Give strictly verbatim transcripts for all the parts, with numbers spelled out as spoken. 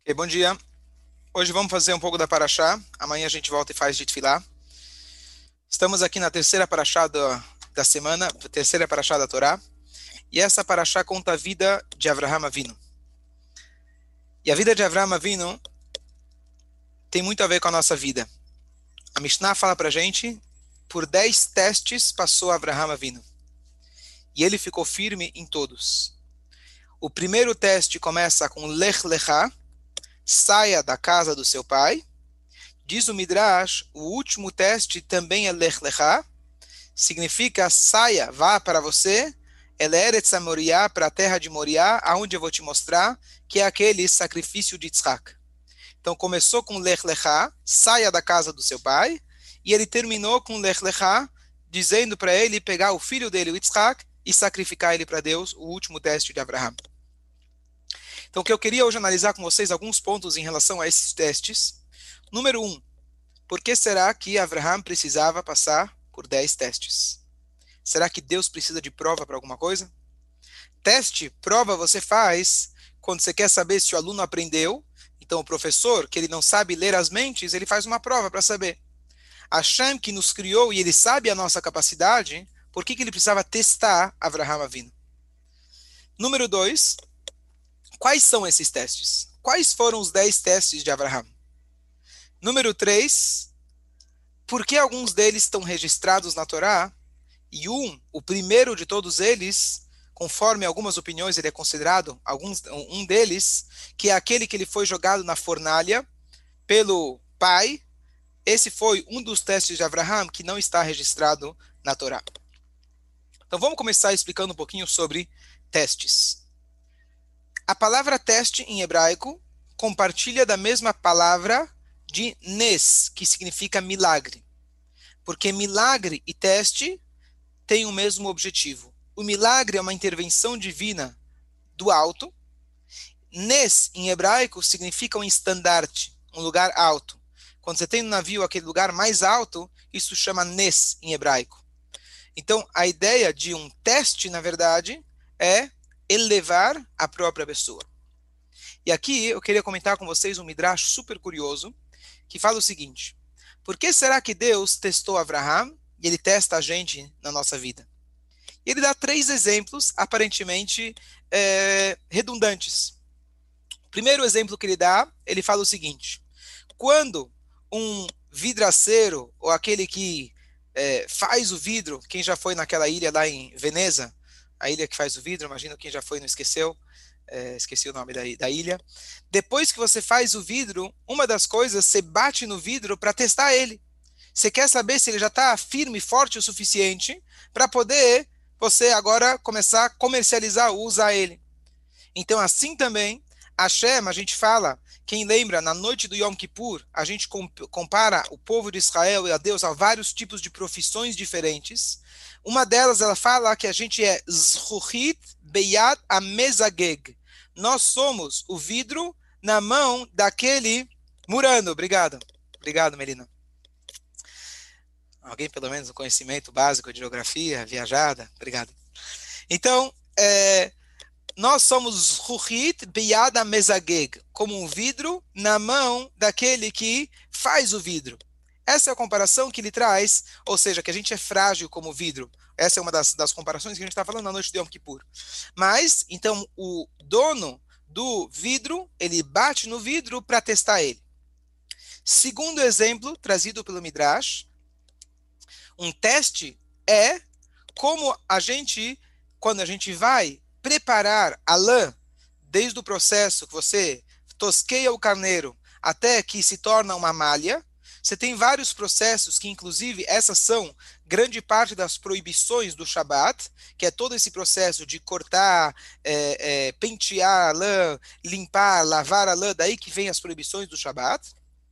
Ok, bom dia. Hoje vamos fazer um pouco da Paraxá. Amanhã a gente volta e faz de Tfilá. Estamos aqui na terceira Paraxá da, da semana, terceira Paraxá da Torá. E essa Paraxá conta a vida de Avraham Avinu. E a vida de Avraham Avinu tem muito a ver com a nossa vida. A Mishnah fala pra gente, por dez testes passou Avraham Avinu. E ele ficou firme em todos. O primeiro teste começa com Lech Lechá, saia da casa do seu pai. Diz o Midrash, o último teste também é Lech Lechá, significa saia, vá para você, El Eretz Moriá, para a terra de Moriá, aonde eu vou te mostrar, que é aquele sacrifício de Yitzhak. Então começou com Lech Lechá, saia da casa do seu pai, e ele terminou com Lech Lechá, dizendo para ele pegar o filho dele, o Yitzhak, e sacrificar ele para Deus, o último teste de Abraham. Então o que eu queria hoje analisar com vocês, alguns pontos em relação a esses testes. Número um, por que será que Abraham precisava passar por dez testes? Será que Deus precisa de prova para alguma coisa? Teste, prova você faz quando você quer saber se o aluno aprendeu. Então o professor, que ele não sabe ler as mentes, ele faz uma prova para saber. Hashem que nos criou e ele sabe a nossa capacidade, por que, que ele precisava testar Abraham Avinu? Número dois, quais são esses testes? Quais foram os dez testes de Abraham? Número três, por que alguns deles estão registrados na Torá? E um, o primeiro de todos eles, conforme algumas opiniões, ele é considerado alguns, um deles, que é aquele que ele foi jogado na fornalha pelo pai. Esse foi um dos testes de Abraham que não está registrado na Torá. Então vamos começar explicando um pouquinho sobre testes. A palavra teste em hebraico compartilha da mesma palavra de nes, que significa milagre. Porque milagre e teste têm o mesmo objetivo. O milagre é uma intervenção divina do alto. Nes, em hebraico, significa um estandarte, um lugar alto. Quando você tem no navio aquele lugar mais alto, isso chama nes, em hebraico. Então, a ideia de um teste, na verdade, é elevar a própria pessoa. E aqui eu queria comentar com vocês um midrash super curioso, que fala o seguinte: por que será que Deus testou Abraham e ele testa a gente na nossa vida? E ele dá três exemplos aparentemente é, redundantes. O primeiro exemplo que ele dá, ele fala o seguinte: quando um vidraceiro, ou aquele que é, faz o vidro, quem já foi naquela ilha lá em Veneza, a ilha que faz o vidro, imagino quem já foi e não esqueceu, é, esqueci o nome da, da ilha. Depois que você faz o vidro, uma das coisas, você bate no vidro para testar ele. Você quer saber se ele já está firme, forte o suficiente para poder você agora começar a comercializar ou usar ele. Então, assim também, Hashem, a gente fala, quem lembra, na noite do Yom Kippur, a gente compara o povo de Israel e a Deus a vários tipos de profissões diferentes. Uma delas, ela fala que a gente é Zruchit Beyad Amezageg. Nós somos o vidro na mão daquele murano. Obrigado. Obrigado, Melina. Alguém, pelo menos, um conhecimento básico de geografia, viajada? Obrigado. Então, é, nós somos Ruchit Beyad Amezageg, como um vidro na mão daquele que faz o vidro. Essa é a comparação que ele traz, ou seja, que a gente é frágil como vidro. Essa é uma das, das comparações que a gente está falando na noite de Yom Kippur. Mas, então, o dono do vidro, ele bate no vidro para testar ele. Segundo exemplo, trazido pelo Midrash, um teste é como a gente, quando a gente vai preparar a lã, desde o processo que você tosqueia o carneiro até que se torna uma malha. Você tem vários processos que, inclusive, essas são grande parte das proibições do Shabat, que é todo esse processo de cortar, é, é, pentear a lã, limpar, lavar a lã, daí que vem as proibições do Shabat.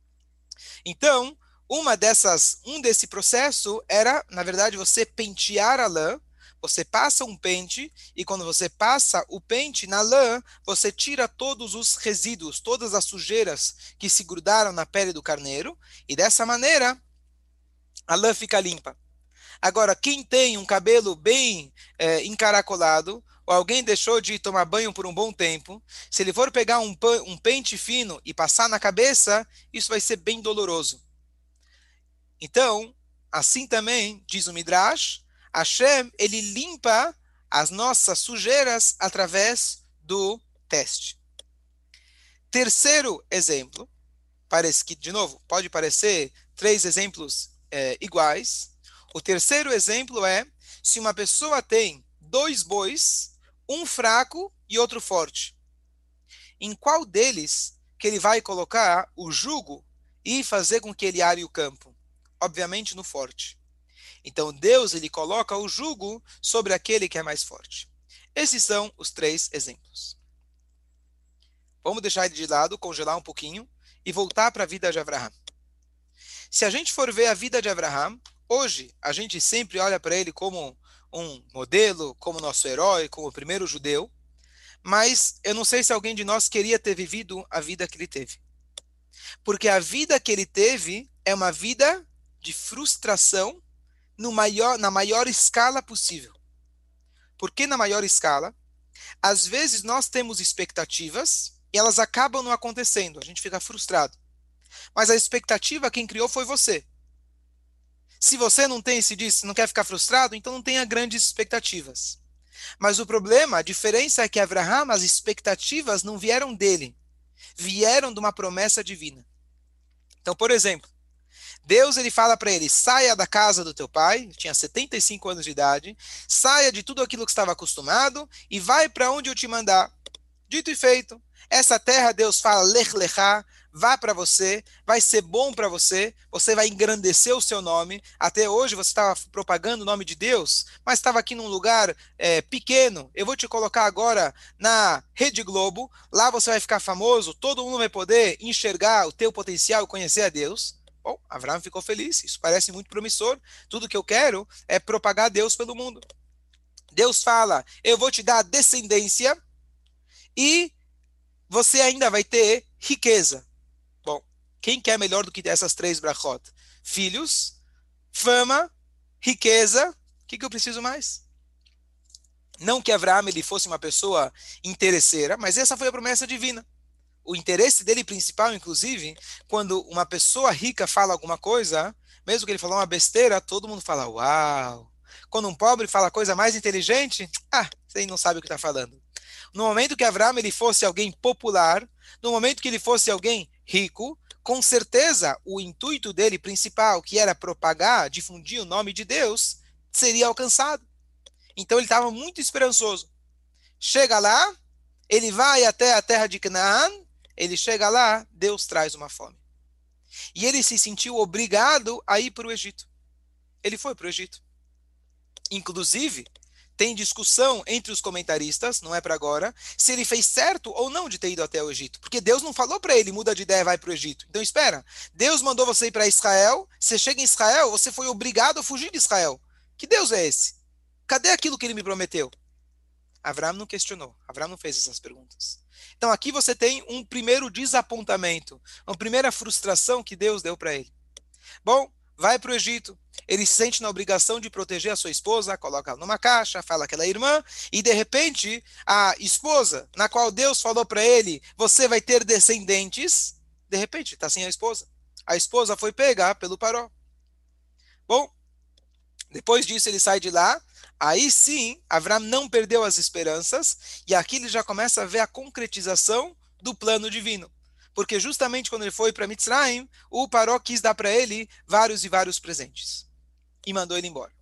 Então, uma dessas, um desse processo era, na verdade, você pentear a lã. Você passa um pente e quando você passa o pente na lã, você tira todos os resíduos, todas as sujeiras que se grudaram na pele do carneiro e dessa maneira a lã fica limpa. Agora, quem tem um cabelo bem é, encaracolado ou alguém deixou de tomar banho por um bom tempo, se ele for pegar um, um pente fino e passar na cabeça, isso vai ser bem doloroso. Então, assim também, diz o Midrash, Hashem, ele limpa as nossas sujeiras através do teste. Terceiro exemplo, parece que, de novo, pode parecer três exemplos é, iguais. O terceiro exemplo é se uma pessoa tem dois bois, um fraco e outro forte. Em qual deles que ele vai colocar o jugo e fazer com que ele are o campo? Obviamente no forte. Então Deus ele coloca o jugo sobre aquele que é mais forte. Esses são os três exemplos. Vamos deixar ele de lado, congelar um pouquinho e voltar para a vida de Abraham. Se a gente for ver a vida de Abraham, hoje a gente sempre olha para ele como um modelo, como nosso herói, como o primeiro judeu, mas eu não sei se alguém de nós queria ter vivido a vida que ele teve. Porque a vida que ele teve é uma vida de frustração no maior, na maior escala possível. Por que na maior escala? Às vezes nós temos expectativas e elas acabam não acontecendo, a gente fica frustrado. Mas a expectativa quem criou foi você. Se você não tem, se diz, não quer ficar frustrado, então não tenha grandes expectativas. Mas o problema, a diferença é que Abraham, as expectativas não vieram dele, vieram de uma promessa divina. Então, por exemplo, Deus ele fala para ele, saia da casa do teu pai, tinha setenta e cinco anos de idade, saia de tudo aquilo que estava acostumado e vai para onde eu te mandar. Dito e feito, essa terra Deus fala, lech lechá, vá para você, vai ser bom para você, você vai engrandecer o seu nome. Até hoje você estava propagando o nome de Deus, mas estava aqui num lugar é, pequeno. Eu vou te colocar agora na Rede Globo, lá você vai ficar famoso, todo mundo vai poder enxergar o teu potencial e conhecer a Deus. Bom, Abraão ficou feliz, isso parece muito promissor. Tudo que eu quero é propagar Deus pelo mundo. Deus fala, eu vou te dar descendência e você ainda vai ter riqueza. Bom, quem quer melhor do que essas três brachot? Filhos, fama, riqueza, o que, que eu preciso mais? Não que Abraão ele fosse uma pessoa interesseira, mas essa foi a promessa divina. O interesse dele principal, inclusive, quando uma pessoa rica fala alguma coisa, mesmo que ele falou uma besteira, todo mundo fala, uau. Quando um pobre fala coisa mais inteligente, ah, você não sabe o que está falando. No momento que Abraão ele fosse alguém popular, no momento que ele fosse alguém rico, com certeza o intuito dele principal, que era propagar, difundir o nome de Deus, seria alcançado. Então ele estava muito esperançoso. Chega lá, ele vai até a terra de Canaã, ele chega lá, Deus traz uma fome. E ele se sentiu obrigado a ir para o Egito. Ele foi para o Egito. Inclusive, tem discussão entre os comentaristas, não é para agora, se ele fez certo ou não de ter ido até o Egito. Porque Deus não falou para ele, muda de ideia, vai para o Egito. Então espera, Deus mandou você ir para Israel, você chega em Israel, você foi obrigado a fugir de Israel. Que Deus é esse? Cadê aquilo que ele me prometeu? Abraão não questionou, Abraão não fez essas perguntas. Então aqui você tem um primeiro desapontamento, uma primeira frustração que Deus deu para ele. Bom, vai para o Egito, ele se sente na obrigação de proteger a sua esposa, coloca ela numa caixa, fala que ela é irmã, e de repente a esposa, na qual Deus falou para ele, você vai ter descendentes, de repente está sem a esposa. A esposa foi pegar pelo Paró. Bom, depois disso ele sai de lá, aí sim, Abraão não perdeu as esperanças, e aqui ele já começa a ver a concretização do plano divino. Porque justamente quando ele foi para Mitzrayim, o Paró quis dar para ele vários e vários presentes. E mandou ele embora.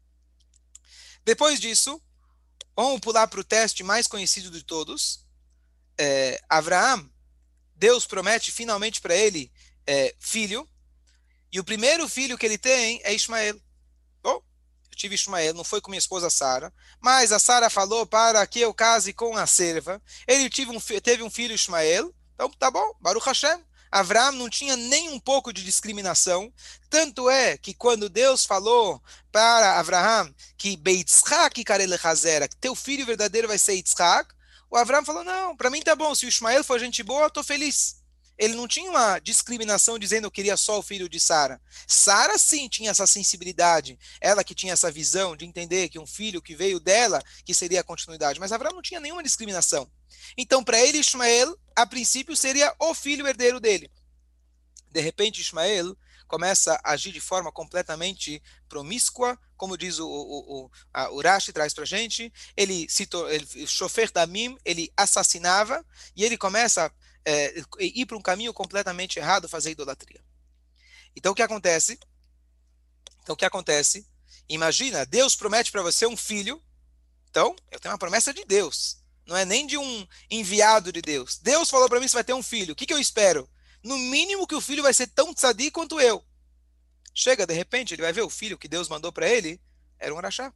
Depois disso, vamos pular para o teste mais conhecido de todos. É, Abraão, Deus promete finalmente para ele é, filho. E o primeiro filho que ele tem é Ismael. Bom, eu tive Ismael, não foi com minha esposa Sara, mas a Sara falou para que eu case com a serva. Ele teve um, teve um filho Ismael. Então, tá bom, Baruch Hashem. Abraão não tinha nem um pouco de discriminação. Tanto é que quando Deus falou para Abraão que Beitzchak Karelechazera, que teu filho verdadeiro vai ser Yitzhak, o Abraão falou, não, para mim tá bom, se o Ismael for gente boa, eu tô feliz. Ele não tinha uma discriminação dizendo que queria só o filho de Sara. Sara sim tinha essa sensibilidade, ela que tinha essa visão de entender que um filho que veio dela, que seria a continuidade. Mas Abraão não tinha nenhuma discriminação. Então, para ele, Ismael, a princípio, seria o filho herdeiro dele. De repente, Ismael começa a agir de forma completamente promíscua, como diz o, o, o, a, o Rashi traz para a gente, ele, ele chofer damim, ele assassinava, e ele começa a é, ir para um caminho completamente errado, fazer idolatria. Então, o que acontece? Então, o que acontece? Imagina, Deus promete para você um filho, então, eu tenho uma promessa de Deus, não é nem de um enviado de Deus. Deus falou para mim que você vai ter um filho, o que, que eu espero? No mínimo que o filho vai ser tão tzadik quanto eu. Chega, de repente, ele vai ver o filho que Deus mandou para ele, era um araxá.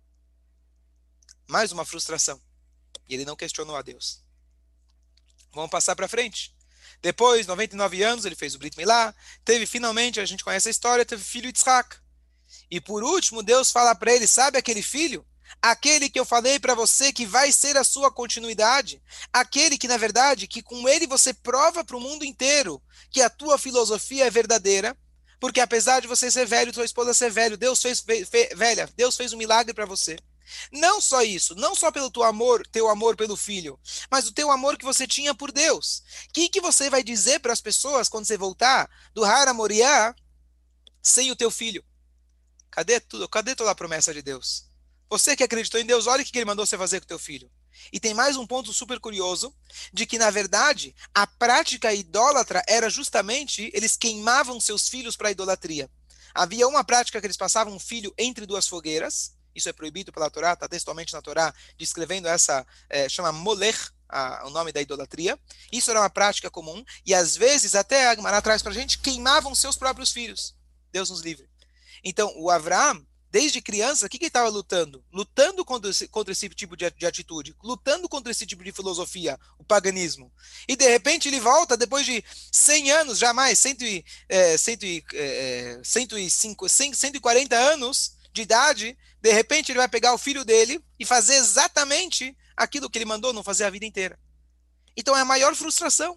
Mais uma frustração. E ele não questionou a Deus. Vamos passar para frente. Depois, noventa e nove anos, ele fez o Brit Milá, teve finalmente, a gente conhece a história, teve filho Yitzhak. E por último, Deus fala para ele, sabe aquele filho? Aquele que eu falei para você que vai ser a sua continuidade, aquele que, na verdade, que com ele você prova para o mundo inteiro que a tua filosofia é verdadeira, porque apesar de você ser velho, tua esposa ser velho, Deus fez, fe, velha, Deus fez um milagre para você. Não só isso, não só pelo teu amor, teu amor pelo filho, mas o teu amor que você tinha por Deus. O que, que você vai dizer para as pessoas quando você voltar do Hara Moriá sem o teu filho? Cadê tudo? Cadê toda a promessa de Deus? Você que acreditou em Deus, olha o que ele mandou você fazer com o teu filho. E tem mais um ponto super curioso, de que, na verdade, a prática idólatra era justamente, eles queimavam seus filhos para a idolatria. Havia uma prática que eles passavam um filho entre duas fogueiras, isso é proibido pela Torá, está textualmente na Torá, descrevendo essa, é, chama Molech, a, o nome da idolatria. Isso era uma prática comum, e às vezes, até a Gemara traz para a gente, queimavam seus próprios filhos. Deus nos livre. Então, o Avraham, desde criança, o que, que ele estava lutando? Lutando contra esse, contra esse tipo de, de atitude, lutando contra esse tipo de filosofia, o paganismo. E, de repente, ele volta, depois de cem anos, jamais, cento e, é, cento e, é, cento e cinco, cem, cento e quarenta anos de idade, de repente ele vai pegar o filho dele e fazer exatamente aquilo que ele mandou não fazer a vida inteira. Então, é a maior frustração.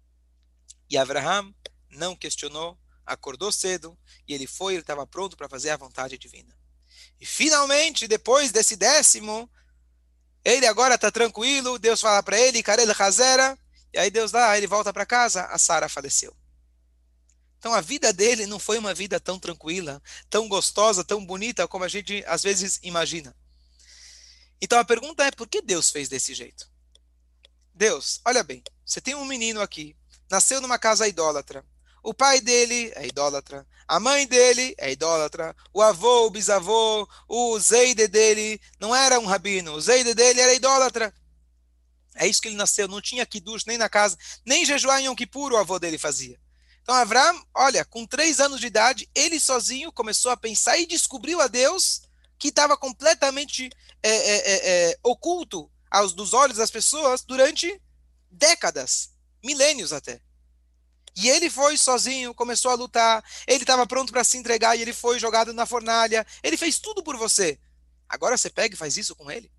E Avraham não questionou, acordou cedo, e ele foi, ele estava pronto para fazer a vontade divina. E finalmente, depois desse décimo, ele agora está tranquilo, Deus fala para ele, Karel Hazera, e aí Deus dá, ele volta para casa, a Sara faleceu. Então a vida dele não foi uma vida tão tranquila, tão gostosa, tão bonita, como a gente às vezes imagina. Então a pergunta é, por que Deus fez desse jeito? Deus, olha bem, você tem um menino aqui, nasceu numa casa idólatra, o pai dele é idólatra, a mãe dele é idólatra, o avô, o bisavô, o zeide dele não era um rabino, o zeide dele era idólatra. É isso que ele nasceu, não tinha kiddush nem na casa, nem jejuar em Yom Kippur o avô dele fazia. Então Avraham, olha, com três anos de idade, ele sozinho começou a pensar e descobriu a Deus que estava completamente é, é, é, é, oculto aos dos olhos das pessoas durante décadas, milênios até. E ele foi sozinho, começou a lutar, ele estava pronto para se entregar e ele foi jogado na fornalha. Ele fez tudo por você. Agora você pega e faz isso com ele?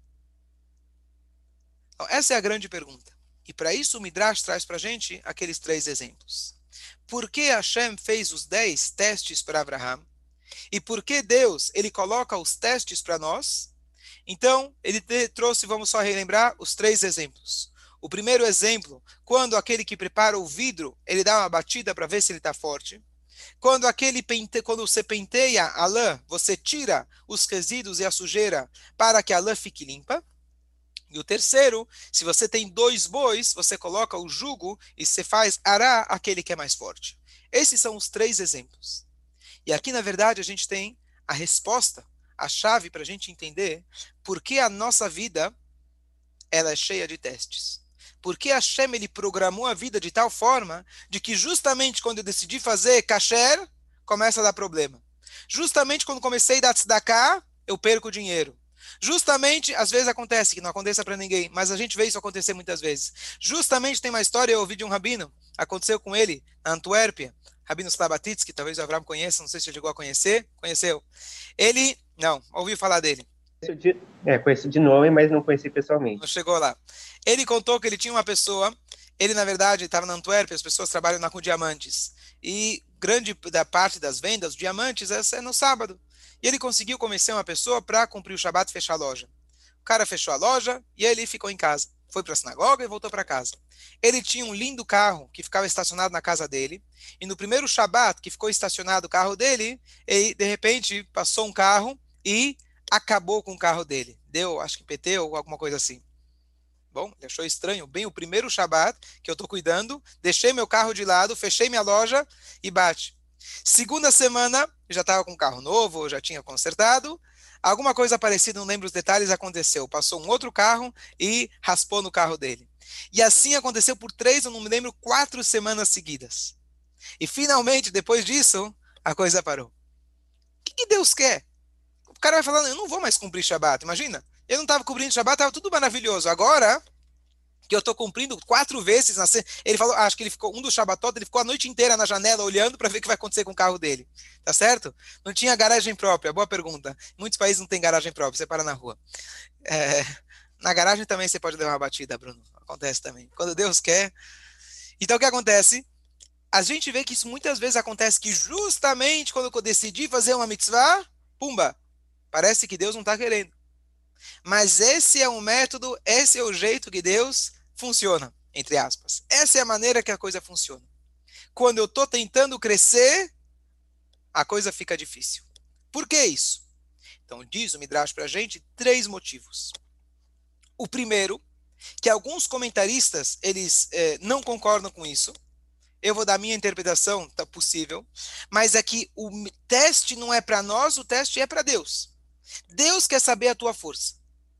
Então, essa é a grande pergunta. E para isso o Midrash traz para a gente aqueles três exemplos. Por que Hashem fez os dez testes para Abraham? E por que Deus ele coloca os testes para nós? Então, ele te, trouxe, vamos só relembrar, os três exemplos. O primeiro exemplo, quando aquele que prepara o vidro, ele dá uma batida para ver se ele está forte. Quando, aquele pente, quando você penteia a lã, você tira os resíduos e a sujeira para que a lã fique limpa. E o terceiro, se você tem dois bois, você coloca o jugo e você faz ará aquele que é mais forte. Esses são os três exemplos. E aqui, na verdade, a gente tem a resposta, a chave para a gente entender por que a nossa vida ela é cheia de testes. Porque Hashem ele programou a vida de tal forma de que justamente quando eu decidi fazer kasher, começa a dar problema. Justamente quando comecei a dar tzedakah, eu perco dinheiro. Justamente, às vezes acontece, que não aconteça para ninguém, mas a gente vê isso acontecer muitas vezes. Justamente tem uma história, eu ouvi de um rabino, aconteceu com ele na Antuérpia, Rabino Slabatitz, que talvez o Avraham conheça, não sei se você chegou a conhecer, conheceu. Ele, não, ouviu falar dele. De, é, conheci de nome, mas não conheci pessoalmente. Não chegou lá. Ele contou que ele tinha uma pessoa Ele, na verdade, estava na Antuérpia, as pessoas trabalham lá com diamantes. E grande da parte das vendas, diamantes, essa é no sábado. E ele conseguiu convencer uma pessoa para cumprir o Shabat e fechar a loja. O cara fechou a loja e ele ficou em casa. Foi para a sinagoga e voltou para casa. Ele tinha um lindo carro que ficava estacionado na casa dele. E no primeiro Shabat que ficou estacionado o carro dele, ele, de repente passou um carro e acabou com o carro dele. Deu, acho que P T ou alguma coisa assim. Bom, ele achou estranho. Bem, o primeiro Shabat que eu estou cuidando, deixei meu carro de lado, fechei minha loja e bate. Segunda semana, já estava com um carro novo, já tinha consertado. Alguma coisa parecida, não lembro os detalhes, aconteceu. Passou um outro carro e raspou no carro dele. E assim aconteceu por três, eu não me lembro, quatro semanas seguidas. E finalmente, depois disso, a coisa parou. O que, que Deus quer? O cara vai falando, eu não vou mais cumprir Shabat, imagina. Eu não estava cumprindo Shabat, estava tudo maravilhoso. Agora que eu estou cumprindo quatro vezes, na se- ele falou, acho que ele ficou, um do Shabatot, ele ficou a noite inteira na janela olhando para ver o que vai acontecer com o carro dele. Tá certo? Não tinha garagem própria, boa pergunta. Muitos países não tem garagem própria, você para na rua. É, na garagem também você pode levar uma batida, Bruno. Acontece também. Quando Deus quer. Então o que acontece? A gente vê que isso muitas vezes acontece que justamente quando eu decidi fazer uma mitzvah, pumba, parece que Deus não está querendo. Mas esse é um método, esse é o jeito que Deus funciona, entre aspas. Essa é a maneira que a coisa funciona. Quando eu estou tentando crescer, a coisa fica difícil. Por que isso? Então diz o Midrash para a gente três motivos. O primeiro, que alguns comentaristas eles eh, não concordam com isso. Eu vou dar a minha interpretação, tá possível, mas é que o teste não é para nós, o teste é para Deus. Deus quer saber a tua força.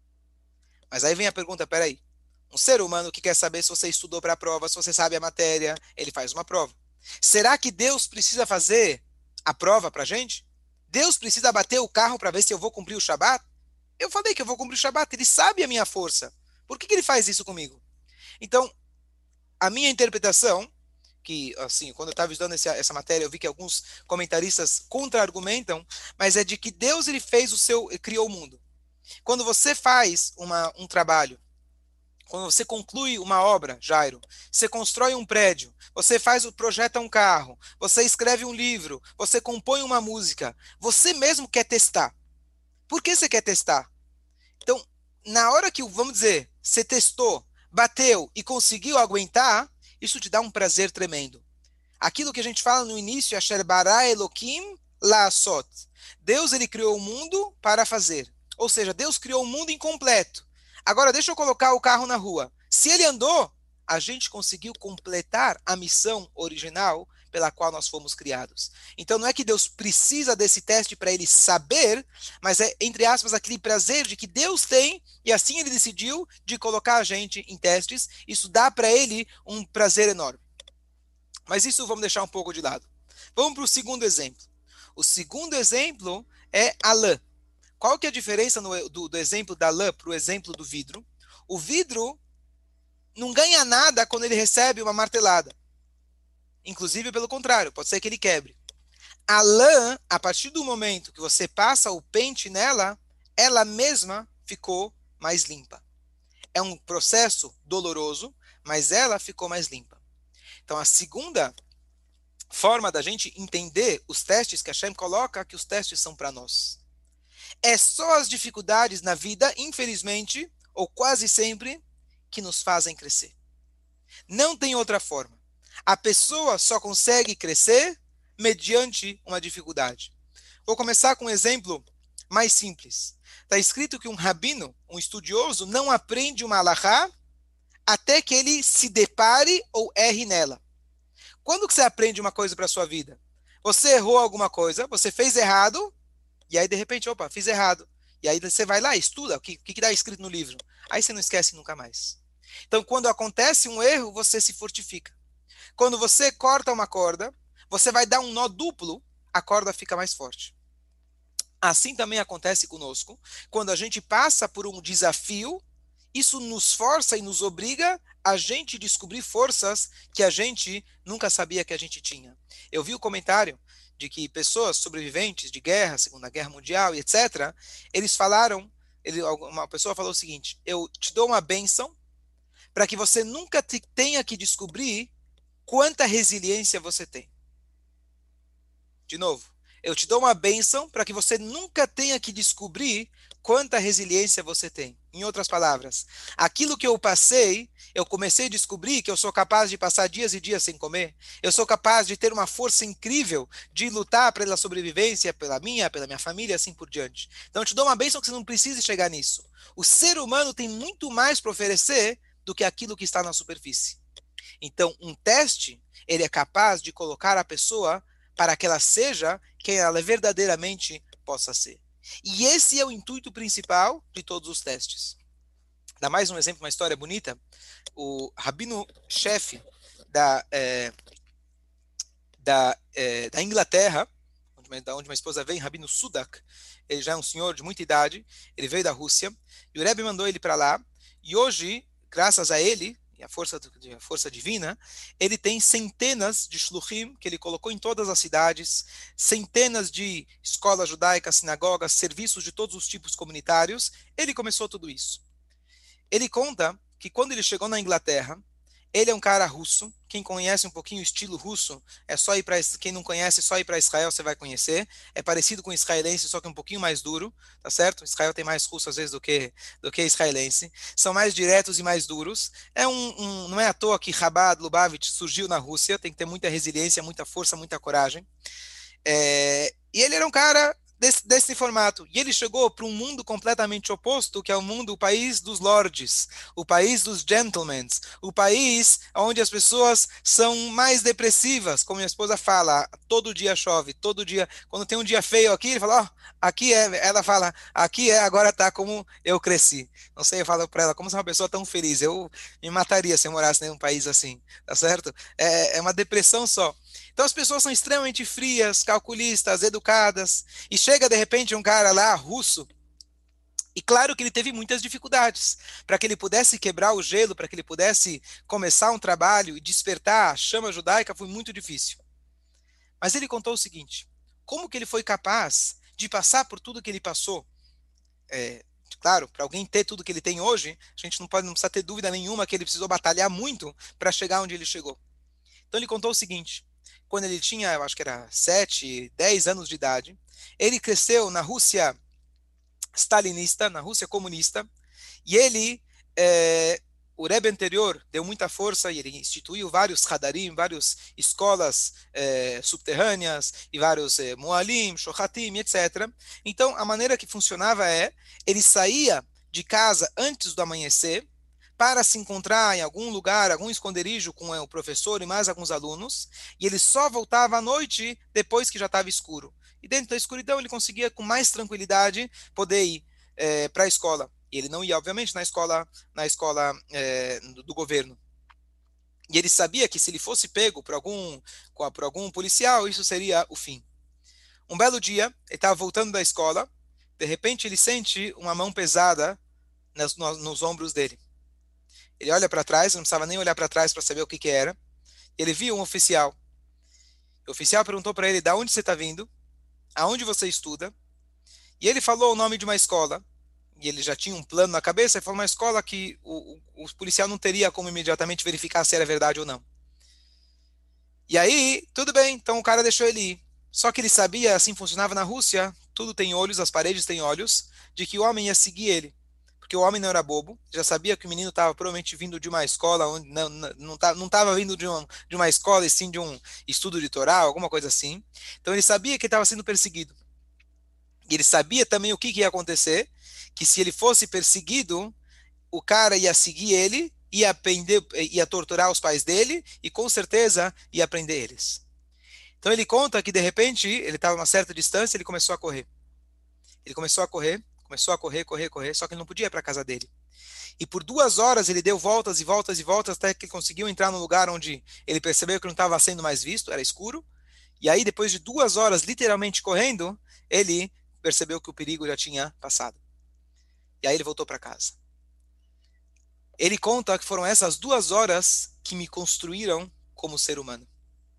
Mas aí vem a pergunta, peraí, um ser humano que quer saber se você estudou para a prova, se você sabe a matéria, ele faz uma prova. Será que Deus precisa fazer a prova para a gente? Deus precisa bater o carro para ver se eu vou cumprir o Shabat? Eu falei que eu vou cumprir o Shabat, ele sabe a minha força. Por que que ele faz isso comigo? Então, a minha interpretação, que assim, quando eu estava estudando essa, essa matéria, eu vi que alguns comentaristas contra-argumentam, mas é de que Deus ele fez o seu, ele criou o mundo. Quando você faz uma, um trabalho, quando você conclui uma obra, Jairo, você constrói um prédio, você faz o projeta um carro, você escreve um livro, você compõe uma música, você mesmo quer testar. Por que você quer testar? Então, na hora que, vamos dizer, você testou, bateu e conseguiu aguentar, isso te dá um prazer tremendo. Aquilo que a gente fala no início, Asher bara Elohim la'asot. Deus ele criou o mundo para fazer. Ou seja, Deus criou o mundo incompleto. Agora deixa eu colocar o carro na rua. Se ele andou, a gente conseguiu completar a missão original pela qual nós fomos criados. Então não é que Deus precisa desse teste para ele saber, mas é, entre aspas, aquele prazer de que Deus tem, e assim ele decidiu de colocar a gente em testes. Isso dá para ele um prazer enorme. Mas isso vamos deixar um pouco de lado. Vamos para o segundo exemplo. O segundo exemplo é a lã. Qual que é a diferença no, do, do exemplo da lã para o exemplo do vidro? O vidro não ganha nada quando ele recebe uma martelada. Inclusive, pelo contrário, pode ser que ele quebre. A lã, a partir do momento que você passa o pente nela, ela mesma ficou mais limpa. É um processo doloroso, mas ela ficou mais limpa. Então, a segunda forma da gente entender os testes que a Hashem coloca, que os testes são para nós. É só as dificuldades na vida, infelizmente, ou quase sempre, que nos fazem crescer. Não tem outra forma. A pessoa só consegue crescer mediante uma dificuldade. Vou começar com um exemplo mais simples. Está escrito que um rabino, um estudioso, não aprende uma alahá até que ele se depare ou erre nela. Quando que você aprende uma coisa para a sua vida? Você errou alguma coisa, você fez errado, e aí de repente, opa, fiz errado. E aí você vai lá e estuda o que que está escrito no livro. Aí você não esquece nunca mais. Então, quando acontece um erro, você se fortifica. Quando você corta uma corda, você vai dar um nó duplo, a corda fica mais forte. Assim também acontece conosco. Quando a gente passa por um desafio, isso nos força e nos obriga a gente descobrir forças que a gente nunca sabia que a gente tinha. Eu vi o comentário de que pessoas sobreviventes de guerra, Segunda Guerra Mundial e etcétera, eles falaram, ele, uma pessoa falou o seguinte, eu te dou uma bênção para que você nunca te- tenha que descobrir quanta resiliência você tem. De novo, eu te dou uma bênção para que você nunca tenha que descobrir quanta resiliência você tem. Em outras palavras, aquilo que eu passei, eu comecei a descobrir que eu sou capaz de passar dias e dias sem comer. Eu sou capaz de ter uma força incrível de lutar pela sobrevivência, pela minha, pela minha família, assim por diante. Então eu te dou uma bênção que você não precise chegar nisso. O ser humano tem muito mais para oferecer do que aquilo que está na superfície. Então, um teste, ele é capaz de colocar a pessoa para que ela seja quem ela verdadeiramente possa ser. E esse é o intuito principal de todos os testes. Dá mais um exemplo, uma história bonita. O rabino-chefe da, é, da, é, da Inglaterra, onde, da onde minha esposa vem, Rabino Sudak, ele já é um senhor de muita idade, ele veio da Rússia, e o Rebbe mandou ele para lá, e hoje, graças a ele, e a força, a força divina, ele tem centenas de shluchim que ele colocou em todas as cidades, centenas de escolas judaicas, sinagogas, serviços de todos os tipos comunitários. Ele começou tudo isso. Ele conta que quando ele chegou na Inglaterra, ele é um cara russo. Quem conhece um pouquinho o estilo russo, é só ir para quem não conhece, só ir para Israel, você vai conhecer. É parecido com o israelense, só que um pouquinho mais duro, tá certo? Israel tem mais russo às vezes do que do que israelense. São mais diretos e mais duros. É um, um não é à toa que Chabad Lubavitch surgiu na Rússia, tem que ter muita resiliência, muita força, muita coragem. É, e ele era um cara desse, desse formato. E ele chegou para um mundo completamente oposto, que é o mundo, o país dos lords, o país dos gentlemen, o país onde as pessoas são mais depressivas, como minha esposa fala, todo dia chove, todo dia, quando tem um dia feio aqui, ele fala, ó, oh, aqui é, ela fala, aqui é, agora tá como eu cresci. Não sei, eu falo para ela, como você é uma pessoa tão feliz, eu me mataria se eu morasse em um país assim, tá certo? É, é uma depressão só. Então as pessoas são extremamente frias, calculistas, educadas, e chega de repente um cara lá, russo, e claro que ele teve muitas dificuldades. Para que ele pudesse quebrar o gelo, para que ele pudesse começar um trabalho e despertar a chama judaica, foi muito difícil. Mas ele contou o seguinte, como que ele foi capaz de passar por tudo que ele passou? É, claro, para alguém ter tudo que ele tem hoje, a gente não pode, não precisa ter dúvida nenhuma que ele precisou batalhar muito para chegar onde ele chegou. Então ele contou o seguinte, quando ele tinha, eu acho que era sete, dez anos de idade, ele cresceu na Rússia stalinista, na Rússia comunista, e ele, é, o Rebbe anterior deu muita força e ele instituiu vários Hadarim, várias escolas é, subterrâneas e vários é, Moalim, Shohatim, etcétera. Então a maneira que funcionava é, ele saía de casa antes do amanhecer, para se encontrar em algum lugar, algum esconderijo com o professor e mais alguns alunos, e ele só voltava à noite depois que já estava escuro. E dentro da escuridão ele conseguia com mais tranquilidade poder ir é, para a escola. E ele não ia, obviamente, na escola, na escola é, do, do governo. E ele sabia que se ele fosse pego por algum, por algum policial, isso seria o fim. Um belo dia, ele estava voltando da escola, de repente ele sente uma mão pesada nos, nos, nos ombros dele. Ele olha para trás, não precisava nem olhar para trás para saber o que, que era. Ele viu um oficial. O oficial perguntou para ele, da onde você está vindo? Aonde você estuda? E ele falou o nome de uma escola. E ele já tinha um plano na cabeça. Ele falou uma escola que o, o, o policial não teria como imediatamente verificar se era verdade ou não. E aí, tudo bem. Então o cara deixou ele ir. Só que ele sabia, assim funcionava na Rússia, tudo tem olhos, as paredes têm olhos, de que o homem ia seguir ele. Porque o homem não era bobo, já sabia que o menino estava provavelmente vindo de uma escola, onde não estava não, não não tava vindo de, um, de uma escola, e sim de um estudo de Torá, alguma coisa assim. Então ele sabia que estava sendo perseguido. E ele sabia também o que, que ia acontecer, que se ele fosse perseguido, o cara ia seguir ele, ia, prender, ia torturar os pais dele, e com certeza ia prender eles. Então ele conta que de repente, ele estava a uma certa distância, ele começou a correr. Ele começou a correr, começou a correr, correr, correr, só que ele não podia ir para a casa dele. E por duas horas ele deu voltas e voltas e voltas até que ele conseguiu entrar num lugar onde ele percebeu que não estava sendo mais visto, era escuro. E aí, depois de duas horas literalmente correndo, ele percebeu que o perigo já tinha passado. E aí ele voltou para casa. Ele conta que foram essas duas horas que me construíram como ser humano.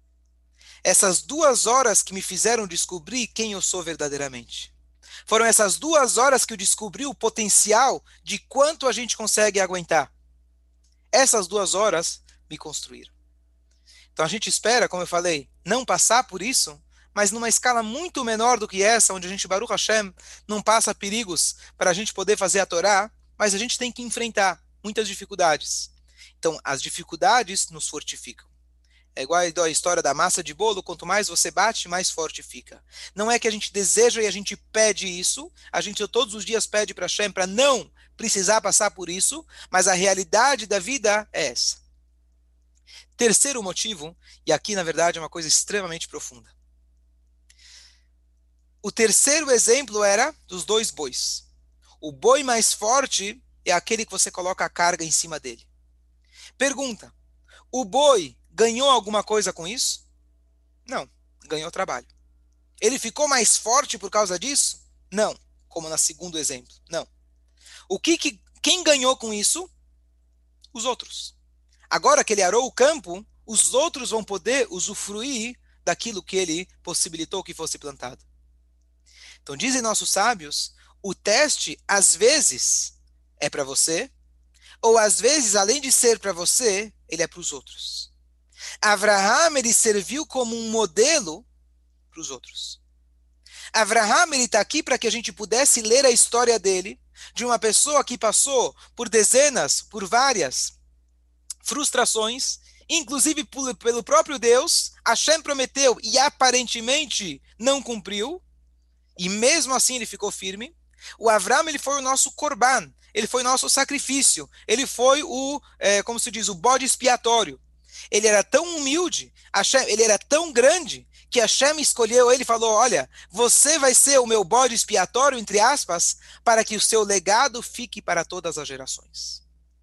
Essas duas horas que me fizeram descobrir quem eu sou verdadeiramente. Foram essas duas horas que eu descobri o potencial de quanto a gente consegue aguentar. Essas duas horas me construíram. Então a gente espera, como eu falei, não passar por isso, mas numa escala muito menor do que essa, onde a gente, Baruch Hashem, não passa perigos para a gente poder fazer a Torá, mas a gente tem que enfrentar muitas dificuldades. Então as dificuldades nos fortificam. É igual a história da massa de bolo, quanto mais você bate, mais forte fica. Não é que a gente deseja e a gente pede isso, a gente todos os dias pede para Hashem para não precisar passar por isso, mas a realidade da vida é essa. Terceiro motivo, e aqui na verdade é uma coisa extremamente profunda. O terceiro exemplo era dos dois bois. O boi mais forte é aquele que você coloca a carga em cima dele. Pergunta, o boi ganhou alguma coisa com isso? Não, ganhou trabalho. Ele ficou mais forte por causa disso? Não, como no segundo exemplo, não. O que, que quem ganhou com isso? Os outros. Agora que ele arou o campo, os outros vão poder usufruir daquilo que ele possibilitou que fosse plantado. Então dizem nossos sábios, o teste às vezes é para você, ou às vezes, além de ser para você, ele é para os outros. Avraham, ele serviu como um modelo para os outros. Avraham, ele está aqui para que a gente pudesse ler a história dele, de uma pessoa que passou por dezenas, por várias frustrações, inclusive pelo próprio Deus. Hashem prometeu e aparentemente não cumpriu, e mesmo assim ele ficou firme. O Avram, ele foi o nosso korban, ele foi o nosso sacrifício, ele foi o, é, como se diz, o bode expiatório. Ele era tão humilde, Hashem, ele era tão grande, que Hashem escolheu ele e falou, olha, você vai ser o meu bode expiatório, entre aspas, para que o seu legado fique para todas as gerações.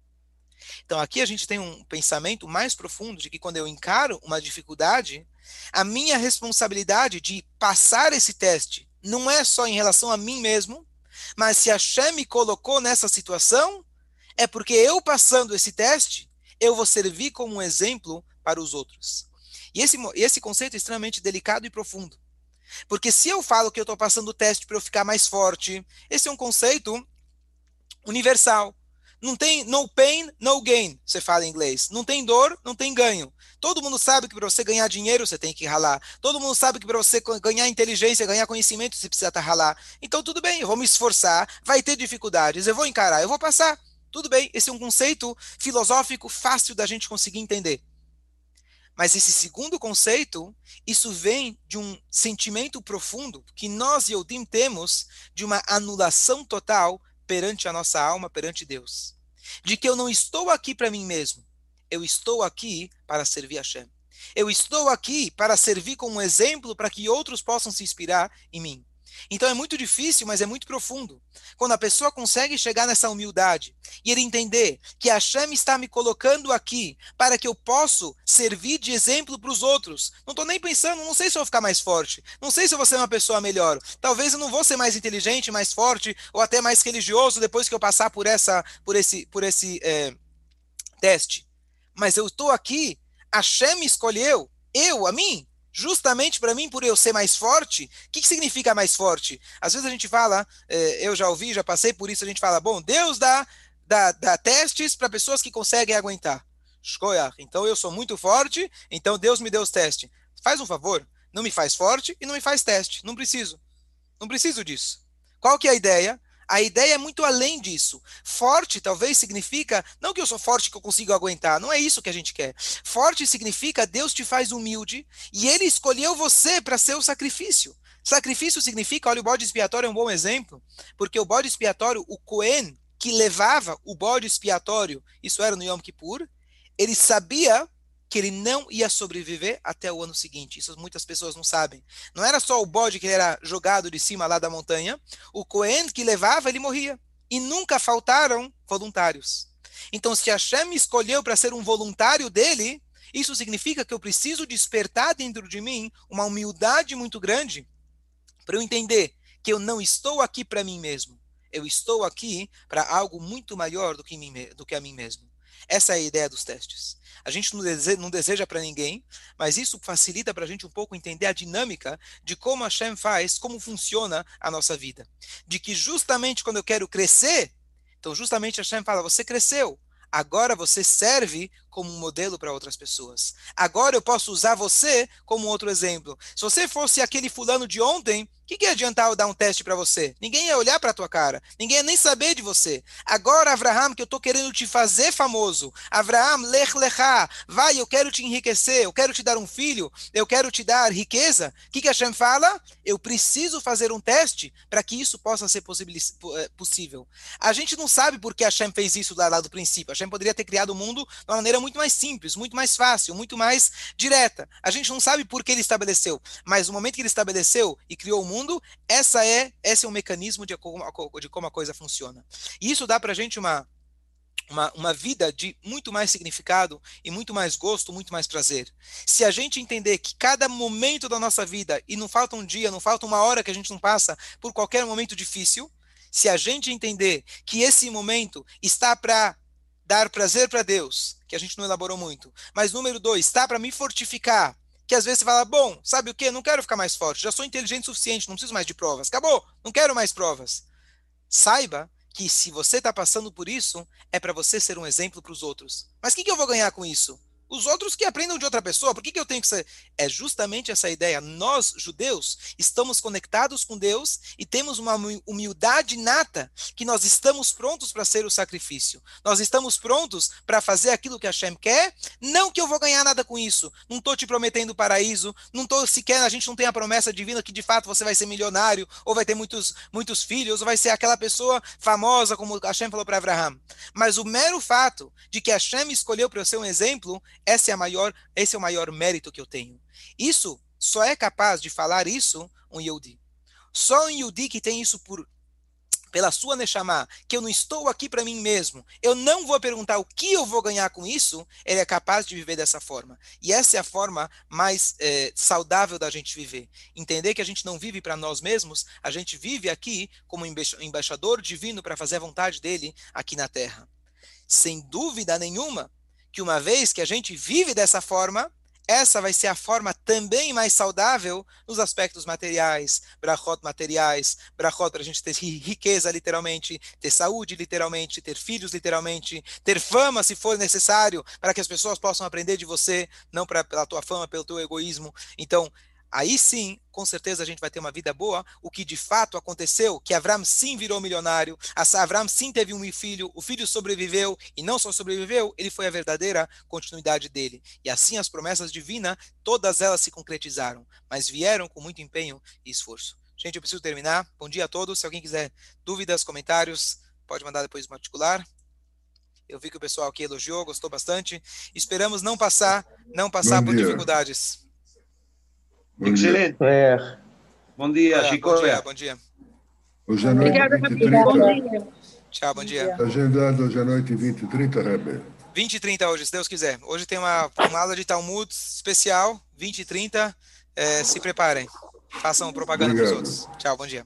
Então aqui a gente tem um pensamento mais profundo de que quando eu encaro uma dificuldade, a minha responsabilidade de passar esse teste não é só em relação a mim mesmo, mas se Hashem me colocou nessa situação, é porque eu passando esse teste, eu vou servir como um exemplo para os outros. E esse, esse conceito é extremamente delicado e profundo. Porque se eu falo que eu estou passando o teste para eu ficar mais forte, esse é um conceito universal. Não tem no pain, no gain, você fala em inglês. Não tem dor, não tem ganho. Todo mundo sabe que para você ganhar dinheiro, você tem que ralar. Todo mundo sabe que para você ganhar inteligência, ganhar conhecimento, você precisa ralar. Então tudo bem, eu vou me esforçar, vai ter dificuldades, eu vou encarar, eu vou passar. Tudo bem, esse é um conceito filosófico fácil da gente conseguir entender. Mas esse segundo conceito, isso vem de um sentimento profundo que nós, Yodim, temos de uma anulação total perante a nossa alma, perante Deus. De que eu não estou aqui para mim mesmo. Eu estou aqui para servir a Hashem. Eu estou aqui para servir como um exemplo para que outros possam se inspirar em mim. Então é muito difícil, mas é muito profundo. Quando a pessoa consegue chegar nessa humildade e ele entender que Hashem está me colocando aqui para que eu possa servir de exemplo para os outros. Não estou nem pensando, não sei se eu vou ficar mais forte, não sei se eu vou ser uma pessoa melhor. Talvez eu não vou ser mais inteligente, mais forte ou até mais religioso depois que eu passar por, essa, por esse, por esse é, teste. Mas eu estou aqui, Hashem me escolheu, eu, a mim, justamente para mim, por eu ser mais forte. O que, que significa mais forte? Às vezes a gente fala, eh, eu já ouvi, já passei por isso, a gente fala, bom, Deus dá, dá, dá testes para pessoas que conseguem aguentar. Então eu sou muito forte, então Deus me deu os testes. Faz um favor, não me faz forte e não me faz teste. Não preciso. Não preciso disso. Qual que é a ideia? A ideia é muito além disso. Forte talvez significa, não que eu sou forte que eu consigo aguentar, não é isso que a gente quer. Forte significa Deus te faz humilde e Ele escolheu você para ser o sacrifício. Sacrifício significa, olha, o bode expiatório é um bom exemplo, porque o bode expiatório, o Cohen que levava o bode expiatório, isso era no Yom Kippur, ele sabia que ele não ia sobreviver até o ano seguinte. Isso muitas pessoas não sabem. Não era só o bode que era jogado de cima lá da montanha, o Cohen que levava, ele morria. E nunca faltaram voluntários. Então, se Hashem me escolheu para ser um voluntário dele, isso significa que eu preciso despertar dentro de mim uma humildade muito grande para eu entender que eu não estou aqui para mim mesmo. Eu estou aqui para algo muito maior do que, mim, do que a mim mesmo. Essa é a ideia dos testes. A gente não deseja, não deseja para ninguém, mas isso facilita para a gente um pouco entender a dinâmica de como a Hashem faz, como funciona a nossa vida. De que justamente quando eu quero crescer, então justamente a Hashem fala, você cresceu, Agora você serve como um modelo para outras pessoas. Agora eu posso usar você como outro exemplo. Se você fosse aquele fulano de ontem, o que, que ia adiantar eu dar um teste para você? Ninguém ia olhar para a tua cara. Ninguém ia nem saber de você. Agora, Avraham, que eu estou querendo te fazer famoso. Avraham, lech lechá. Vai, eu quero te enriquecer. Eu quero te dar um filho. Eu quero te dar riqueza. O que, que Hashem fala? Eu preciso fazer um teste para que isso possa ser possível. A gente não sabe por que Hashem fez isso lá, lá do princípio. Hashem poderia ter criado o mundo de uma maneira muito mais simples, muito mais fácil, muito mais direta. A gente não sabe por que ele estabeleceu, mas no momento que ele estabeleceu e criou o mundo, essa é, esse é o mecanismo de como, de como a coisa funciona. E isso dá para a gente uma, uma, uma vida de muito mais significado e muito mais gosto, muito mais prazer. Se a gente entender que cada momento da nossa vida, e não falta um dia, não falta uma hora que a gente não passa por qualquer momento difícil, se a gente entender que esse momento está para dar prazer para Deus, que a gente não elaborou muito, mas número dois, está para me fortificar, que às vezes você fala, bom, sabe o quê? Não quero ficar mais forte, já sou inteligente o suficiente, não preciso mais de provas, acabou, não quero mais provas. Saiba que se você está passando por isso, é para você ser um exemplo para os outros. Mas o que, que eu vou ganhar com isso? Os outros que aprendam de outra pessoa, por que, que eu tenho que ser? É justamente essa ideia. Nós, judeus, estamos conectados com Deus e temos uma humildade nata que nós estamos prontos para ser o sacrifício. Nós estamos prontos para fazer aquilo que Hashem quer, não que eu vou ganhar nada com isso. Não estou te prometendo paraíso, não estou sequer, a gente não tem a promessa divina que de fato você vai ser milionário, ou vai ter muitos, muitos filhos, ou vai ser aquela pessoa famosa, como Hashem falou para Abraham. Mas o mero fato de que Hashem escolheu para eu ser um exemplo, Esse é, a maior, esse é o maior mérito que eu tenho. Isso, só é capaz de falar isso um Yehudi. Só um Yehudi que tem isso por, pela sua Neshama, que eu não estou aqui para mim mesmo, eu não vou perguntar o que eu vou ganhar com isso, ele é capaz de viver dessa forma. E essa é a forma mais é, saudável da gente viver. Entender que a gente não vive para nós mesmos, a gente vive aqui como embaixador divino para fazer a vontade dele aqui na Terra. Sem dúvida nenhuma, que uma vez que a gente vive dessa forma, essa vai ser a forma também mais saudável nos aspectos materiais, brachot materiais, brachot para a gente ter riqueza literalmente, ter saúde literalmente, ter filhos literalmente, ter fama se for necessário, para que as pessoas possam aprender de você, não pra, pela tua fama, pelo teu egoísmo. Então, aí sim, com certeza a gente vai ter uma vida boa, o que de fato aconteceu, que Avram sim virou milionário, Avram sim teve um filho, o filho sobreviveu, e não só sobreviveu, ele foi a verdadeira continuidade dele. E assim as promessas divinas, todas elas se concretizaram, mas vieram com muito empenho e esforço. Gente, eu preciso terminar. Bom dia a todos. Se alguém quiser dúvidas, comentários, pode mandar depois no particular. Eu vi que o pessoal aqui elogiou, gostou bastante. Esperamos não passar, não passar por dificuldades. Bom Excelente. Dia. Bom dia, Chico. Bom dia, bom dia. Hoje à noite, Obrigada, vinte e trinta. Tchau, bom dia. Está agendado hoje à noite, vinte e trinta, Rebbe. vinte e trinta hoje, se Deus quiser. Hoje tem uma, uma aula de Talmud especial, vinte e trinta. É, se preparem. Façam propaganda para os outros. Tchau, bom dia.